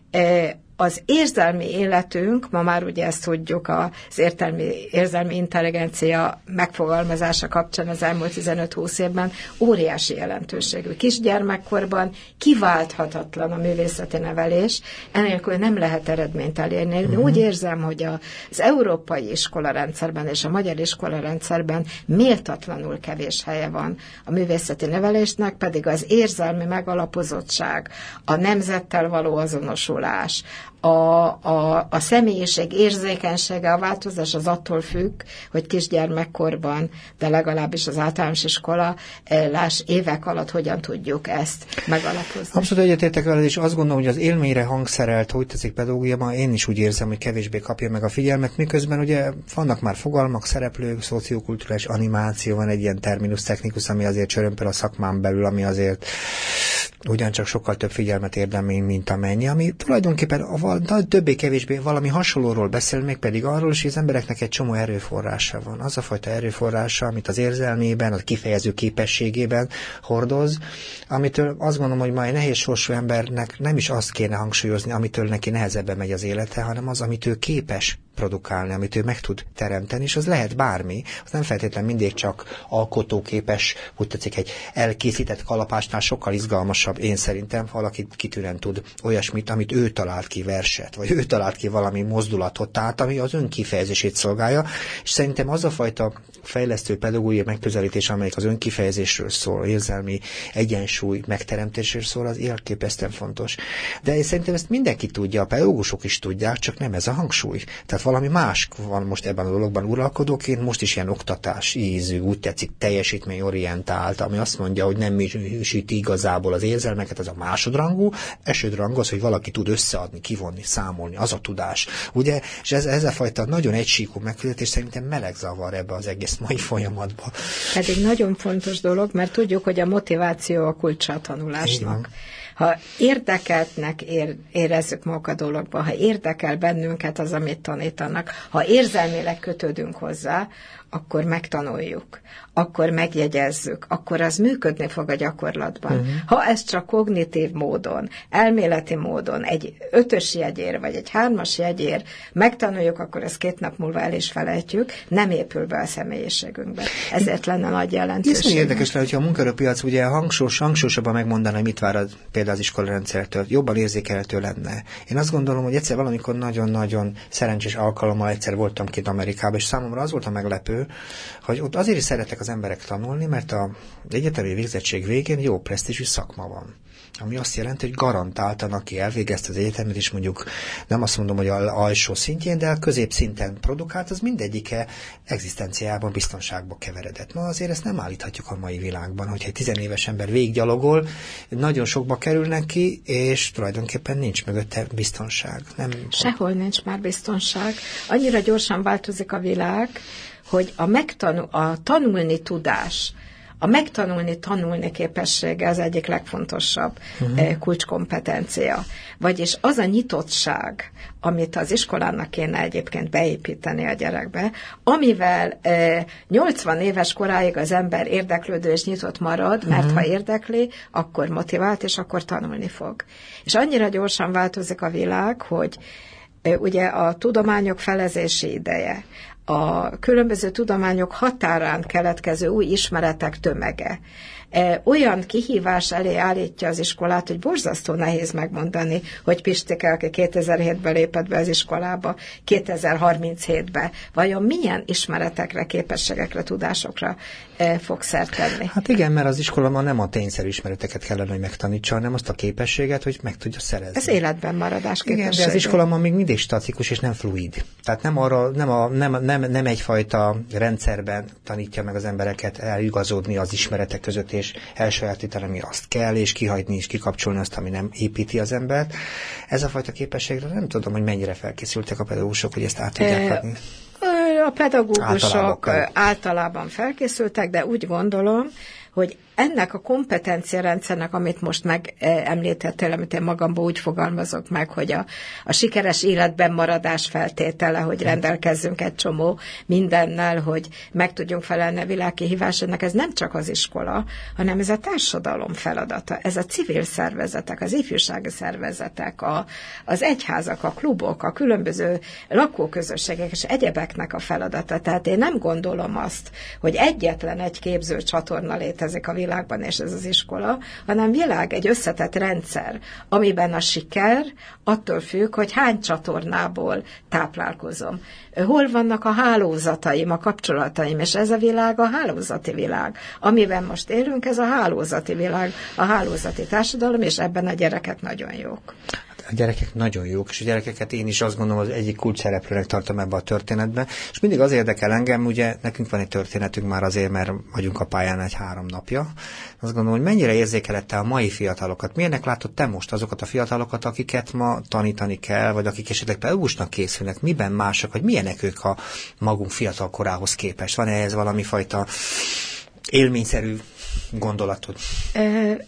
Az érzelmi életünk, ma már ugye ezt tudjuk, az értelmi, érzelmi intelligencia megfogalmazása kapcsán az elmúlt tizenöt-húsz évben óriási jelentőségű. Kisgyermekkorban kiválthatatlan a művészeti nevelés, enélkül nem lehet eredményt elérni. Uh-huh. Úgy érzem, hogy az európai iskolarendszerben és a magyar iskolarendszerben méltatlanul kevés helye van a művészeti nevelésnek, pedig az érzelmi megalapozottság, a nemzettel való azonosulás, A, a, a személyiség érzékenysége, a változás az attól függ, hogy kisgyermekkorban, de legalábbis az általános iskola láss évek alatt hogyan tudjuk ezt megalapozni. Abszolút egyetértek veled, és azt gondolom, hogy az élményre hangszerelt, hogy teszik pedagógiában, én is úgy érzem, hogy kevésbé kapja meg a figyelmet, miközben ugye vannak már fogalmak, szereplők, szociokulturális animáció, van egy ilyen terminus technikus, ami azért csörömpöl a szakmán belül, ami azért ugyancsak sokkal több figyelmet érdemel, mint amennyi, ami tulajdonképpen a többé-kevésbé valami hasonlóról beszél, még pedig arról, hogy az embereknek egy csomó erőforrása van. Az a fajta erőforrása, amit az érzelmében, a kifejező képességében hordoz, amitől azt gondolom, hogy ma egy nehéz sorsú embernek nem is azt kéne hangsúlyozni, amitől neki nehezebben megy az élete, hanem az, amit ő képes produkálni, amit ő meg tud teremteni, és az lehet bármi, az nem feltétlenül mindig csak alkotóképes, úgy tetszik, egy elkészített kalapásnál sokkal izgalmasabb, én szerintem, ha valaki kitűnően tud olyasmit, amit ő talált ki verset, vagy ő talált ki valami mozdulatot, tehát ami az önkifejezését szolgálja, és szerintem az a fajta fejlesztő pedagógiai megközelítés, amelyik az önkifejezésről szól, érzelmi egyensúly megteremtésről szól, az elképesztően fontos. De én szerintem ezt mindenki tudja, a pedagógusok is tudják, csak nem ez a hangsúly. Tehát valami más van most ebben a dologban uralkodóként, most is ilyen oktatás ízű, úgy tetszik, teljesítményorientált, ami azt mondja, hogy nem minősíti igazából az érzelmeket, az a másodrangú, elsődrangú az, hogy valaki tud összeadni, kivonni, számolni, az a tudás. Ugye? És ez, ez a fajta nagyon egysíkú megközelítés szerintem meleg zavar ebbe az egész mai folyamatba. Pedig nagyon fontos dolog, mert tudjuk, hogy a motiváció a kulcsa a tanulásnak. Ha érdekeltnek ér, érezzük magunkat a dologba, ha érdekel bennünket az, amit tanítanak, ha érzelmileg kötődünk hozzá, akkor megtanuljuk, akkor megjegyezzük, akkor az működni fog a gyakorlatban. Uh-huh. Ha ez csak kognitív módon, elméleti módon, egy ötös jegyér, vagy egy hármas jegyér megtanuljuk, akkor ezt két nap múlva el is felejtjük, nem épül be a személyiségünkbe. Ezért lenne nagy jelentőség. Ez érdekes lenne, hogyha a munkaerőpiac ugye hangsúlyos, hangsúlyosabban megmondaná, hogy mit vár a, például például az iskolarendszertől, jobban érzékelhető lenne. Én azt gondolom, hogy egyszer valamikor nagyon-nagyon szerencsés alkalommal egyszer voltam kint Amerikában, és számomra az volt a meglepő, hogy ott azért is szeretek az emberek tanulni, mert az egyetemi végzettség végén jó presztízsű szakma van. Ami azt jelenti, hogy garantáltan, aki elvégezte az egyetemet, és mondjuk nem azt mondom, hogy a alsó szintjén, de a középszinten produkált, az mindegyike egzisztenciában, biztonságba keveredett. Ma azért ezt nem állíthatjuk a mai világban, hogyha egy tizenéves ember végiggyalogol, nagyon sokba kerülnek ki, és tulajdonképpen nincs mögötte biztonság. Nem, Sehol nincs már biztonság. Annyira gyorsan változik a világ, hogy a, megtanul, a tanulni tudás, a megtanulni, tanulni képessége az egyik legfontosabb uh-huh. kulcskompetencia. Vagyis az a nyitottság, amit az iskolának kéne egyébként beépíteni a gyerekbe, amivel nyolcvan éves koráig az ember érdeklődő és nyitott marad, mert uh-huh. ha érdekli, akkor motivált, és akkor tanulni fog. És annyira gyorsan változik a világ, hogy ugye a tudományok felezési ideje, a különböző tudományok határán keletkező új ismeretek tömege olyan kihívás elé állítja az iskolát, hogy borzasztó nehéz megmondani, hogy Pistike, aki kétezer-hétben lépett be az iskolába, kétezer-harminchétben vajon milyen ismeretekre, képességekre, tudásokra fog szert tenni. Hát igen, mert az iskola ma nem a tényszerű ismereteket kellene, hogy megtanítsa, hanem azt a képességet, hogy meg tudja szerezni. Ez életben maradás képessége. Igen, de az iskola ma még mindig statikus és nem fluid. Tehát nem, arra, nem, a, nem, nem, nem egyfajta rendszerben tanítja meg az embereket eligazodni az ismeretek között, és elsajátítani, ami azt kell, és kihagyni és kikapcsolni azt, ami nem építi az embert. Ez a fajta képességre nem tudom, hogy mennyire felkészültek a pedagógusok, hogy ezt át tudják adni. A pedagógusok általában, általában felkészültek, de úgy gondolom, hogy ennek a kompetenciarendszernek, amit most megemlítettél, amit én magamban úgy fogalmazok meg, hogy a, a sikeres életben maradás feltétele, hogy rendelkezzünk egy csomó mindennel, hogy meg tudjunk felelni a világkihívásoknak, ez nem csak az iskola, hanem ez a társadalom feladata, ez a civil szervezetek, az ifjúsági szervezetek, a, az egyházak, a klubok, a különböző lakóközösségek és egyebeknek a feladata. Tehát én nem gondolom azt, hogy egyetlen egy képző csatorna létezik a világban, és ez az iskola, hanem világ egy összetett rendszer, amiben a siker attól függ, hogy hány csatornából táplálkozom. Hol vannak a hálózataim, a kapcsolataim, és ez a világ a hálózati világ. Amiben most élünk, ez a hálózati világ, a hálózati társadalom, és ebben a gyerekek nagyon jók. A gyerekek nagyon jók, és a gyerekeket én is azt gondolom, az egyik kulcsszereplőnek tartom ebbe a történetbe. És mindig az érdekel engem, ugye nekünk van egy történetünk már azért, mert vagyunk a pályán egy három napja. Azt gondolom, hogy mennyire érzékelette a mai fiatalokat. Milyennek látod te most azokat a fiatalokat, akiket ma tanítani kell, vagy akik esetleg pedagógusnak készülnek, miben mások, vagy milyenek ők a magunk fiatal korához képest? Van-e ez valami fajta élményszerű gondolatod? E-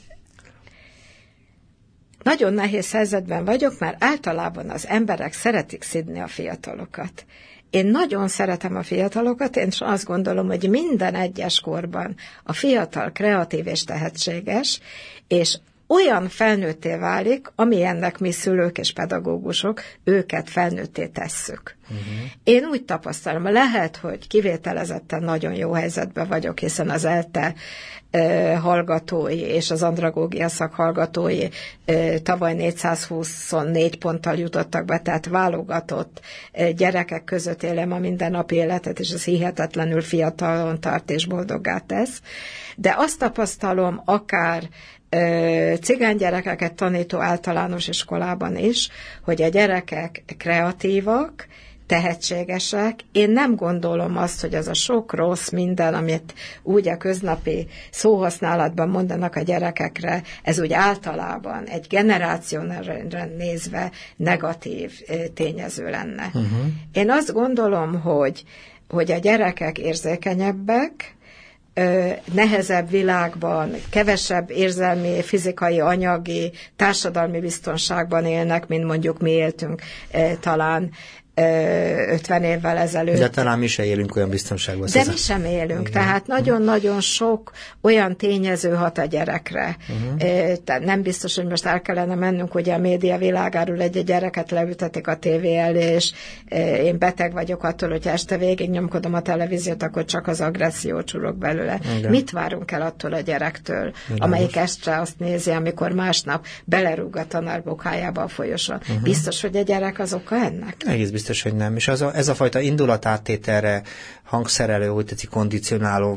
Nagyon nehéz helyzetben vagyok, mert általában az emberek szeretik szidni a fiatalokat. Én nagyon szeretem a fiatalokat, én azt gondolom, hogy minden egyes korban a fiatal kreatív és tehetséges, és olyan felnőtté válik, amilyennek mi szülők és pedagógusok őket felnőtté tesszük. Uh-huh. Én úgy tapasztalom, lehet, hogy kivételezetten nagyon jó helyzetben vagyok, hiszen az ELTE eh, hallgatói és az andragógia szak hallgatói eh, tavaly négyszázhuszonnégy ponttal jutottak be, tehát válogatott eh, gyerekek között élem a mindennapi életet, és ez hihetetlenül fiatalon tart és boldoggá tesz. De azt tapasztalom, akár cigánygyerekeket tanító általános iskolában is, hogy a gyerekek kreatívak, tehetségesek. Én nem gondolom azt, hogy az a sok rossz minden, amit úgy a köznapi szóhasználatban mondanak a gyerekekre, ez úgy általában egy generációra nézve negatív tényező lenne. Uh-huh. Én azt gondolom, hogy, hogy a gyerekek érzékenyebbek, nehezebb világban, kevesebb érzelmi, fizikai, anyagi, társadalmi biztonságban élnek, mint mondjuk mi éltünk talán ötven évvel ezelőtt. De talán mi se élünk olyan biztonságban. De mi sem élünk, igen. Tehát nagyon-nagyon sok olyan tényező hat a gyerekre. Uh-huh. Tehát nem biztos, hogy most el kellene mennünk, ugye a média világáról egy gyereket leültetik a tévé elé, és én beteg vagyok attól, hogy este végig nyomkodom a televíziót, akkor csak az agresszió csurog belőle. Igen. Mit várunk el attól a gyerektől, igen, amelyik este azt nézi, amikor másnap belerúg a tanárbokájába a folyosón? Uh-huh. Biztos, hogy a gyerek az oka ennek? Egész biztos, hogy nem. És az a, ez a fajta indulatáttételre hangszerelő, hogy tetszik, kondicionáló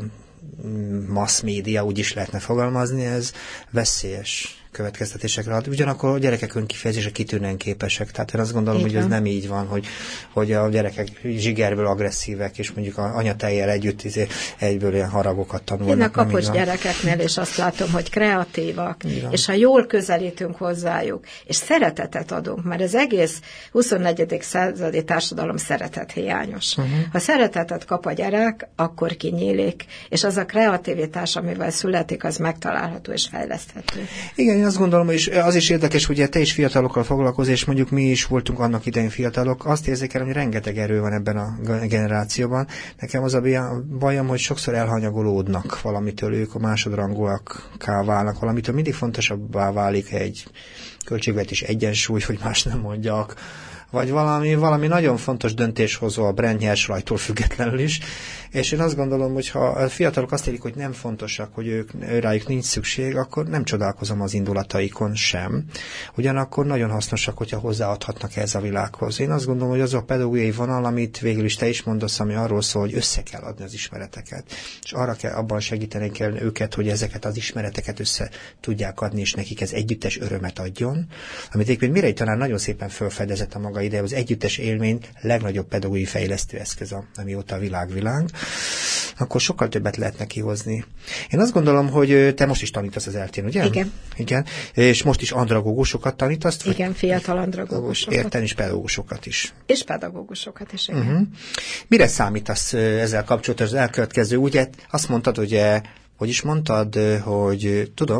mass média, úgy is lehetne fogalmazni, ez veszélyes következtetésekre ad. Ugyanakkor a gyerekek önkifejezése kitűnően képesek. Tehát én azt gondolom, így hogy van. Ez nem így van, hogy, hogy a gyerekek zsigerből agresszívek, és mondjuk a anyatejjel együtt izé, egyből ilyen haragokat tanulnak. Én a kapos gyerekeknél is azt látom, hogy kreatívak, igen. És ha jól közelítünk hozzájuk, és szeretetet adunk, mert az egész huszonnegyedik századi társadalom szeretet hiányos. Uh-huh. Ha szeretetet kap a gyerek, akkor kinyílik, és az a kreativitás, amivel születik, az megtalálható és fejleszthető. Igen, én azt gondolom, és az is érdekes, hogy te is fiatalokkal foglalkozol, és mondjuk mi is voltunk annak idején fiatalok, azt érzékelem, hogy rengeteg erő van ebben a generációban. Nekem az a bajom, hogy sokszor elhanyagolódnak valamitől, ők a másodrangúakká válnak, valamitől mindig fontosabbá válik egy költségvetés egyensúly, hogy más nem mondjak, vagy valami, valami nagyon fontos döntéshozó a Brand-nyers rajtól függetlenül is, és én azt gondolom, hogy ha a fiatalok azt élik, hogy nem fontosak, hogy ők, rájuk nincs szükség, akkor nem csodálkozom az indulataikon sem. Ugyanakkor nagyon hasznosak, hogyha hozzáadhatnak ez a világhoz. Én azt gondolom, hogy az a pedagógiai vonal, amit végül is te is mondasz, ami arról szól, hogy össze kell adni az ismereteket, és arra kell, abban segíteni kell őket, hogy ezeket az ismereteket össze tudják adni, és nekik ez együttes örömet adjon, amit egyébként Mirei tanár nagyon szépen felfedezett a maga ide, az együttes élmény legnagyobb pedagógiai fejlesztő eszköz, amióta a világvilág, akkor sokkal többet lehet neki hozni. Én azt gondolom, hogy te most is tanítasz az eltén, ugye? Igen. Igen. És most is andragógusokat tanítasz? Igen, vagy? Fiatal andragógusokat. Érten is pedagógusokat is. És pedagógusokat is, igen. Uh-huh. Mire számítasz ezzel kapcsolatos az elkövetkező? Ugye azt mondtad, ugye, hogy is mondtad, hogy tudom,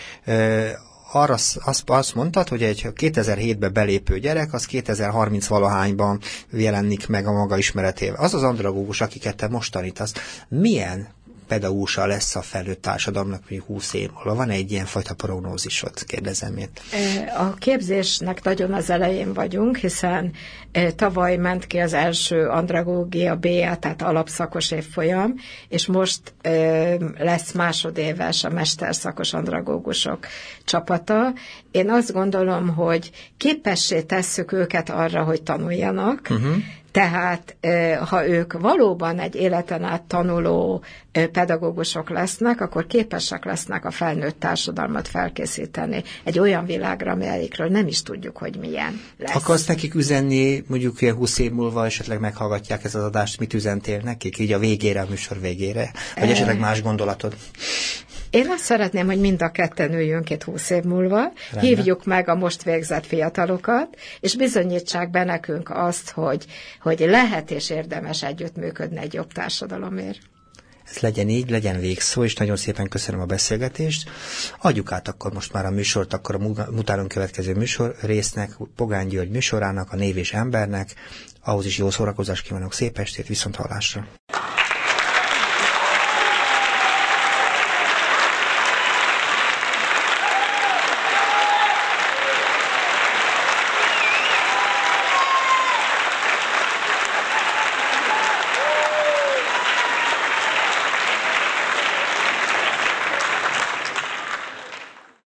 arra azt, azt mondtad, hogy egy kétezer-hétben belépő gyerek, az kétezer-harminc valahányban jelenik meg a maga ismeretével. Az az andragógus, akiket te most tanítasz, milyen pedagógusa lesz a felnőtt társadalomnak, hogy húsz év múlva? Van egy ilyen fajta prognózisot, kérdezem én. A képzésnek nagyon az elején vagyunk, hiszen tavaly ment ki az első andragógia bé á, tehát alapszakos évfolyam, és most lesz másodéves a mesterszakos andragógusok csapata. Én azt gondolom, hogy képessé tesszük őket arra, hogy tanuljanak, uh-huh. Tehát, ha ők valóban egy életen át tanuló pedagógusok lesznek, akkor képesek lesznek a felnőtt társadalmat felkészíteni egy olyan világra, amelyikről nem is tudjuk, hogy milyen lesz. Akarsz nekik üzenni, mondjuk ilyen húsz év múlva esetleg meghallgatják ezt az adást, mit üzentél nekik, így a végére, a műsor végére? Vagy esetleg más gondolatod? Én azt szeretném, hogy mind a ketten üljünk itt húsz év múlva, Rendben. Hívjuk meg a most végzett fiatalokat, és bizonyítsák be nekünk azt, hogy, hogy lehet és érdemes együttműködni egy jobb társadalomért. Ez legyen így, legyen végszó, és nagyon szépen köszönöm a beszélgetést. Adjuk át akkor most már a műsort, akkor a utánon következő műsor résznek, Pogány György műsorának, a Név és Embernek. Ahhoz is jó szórakozást kívánok, szép estét, viszont hallásra.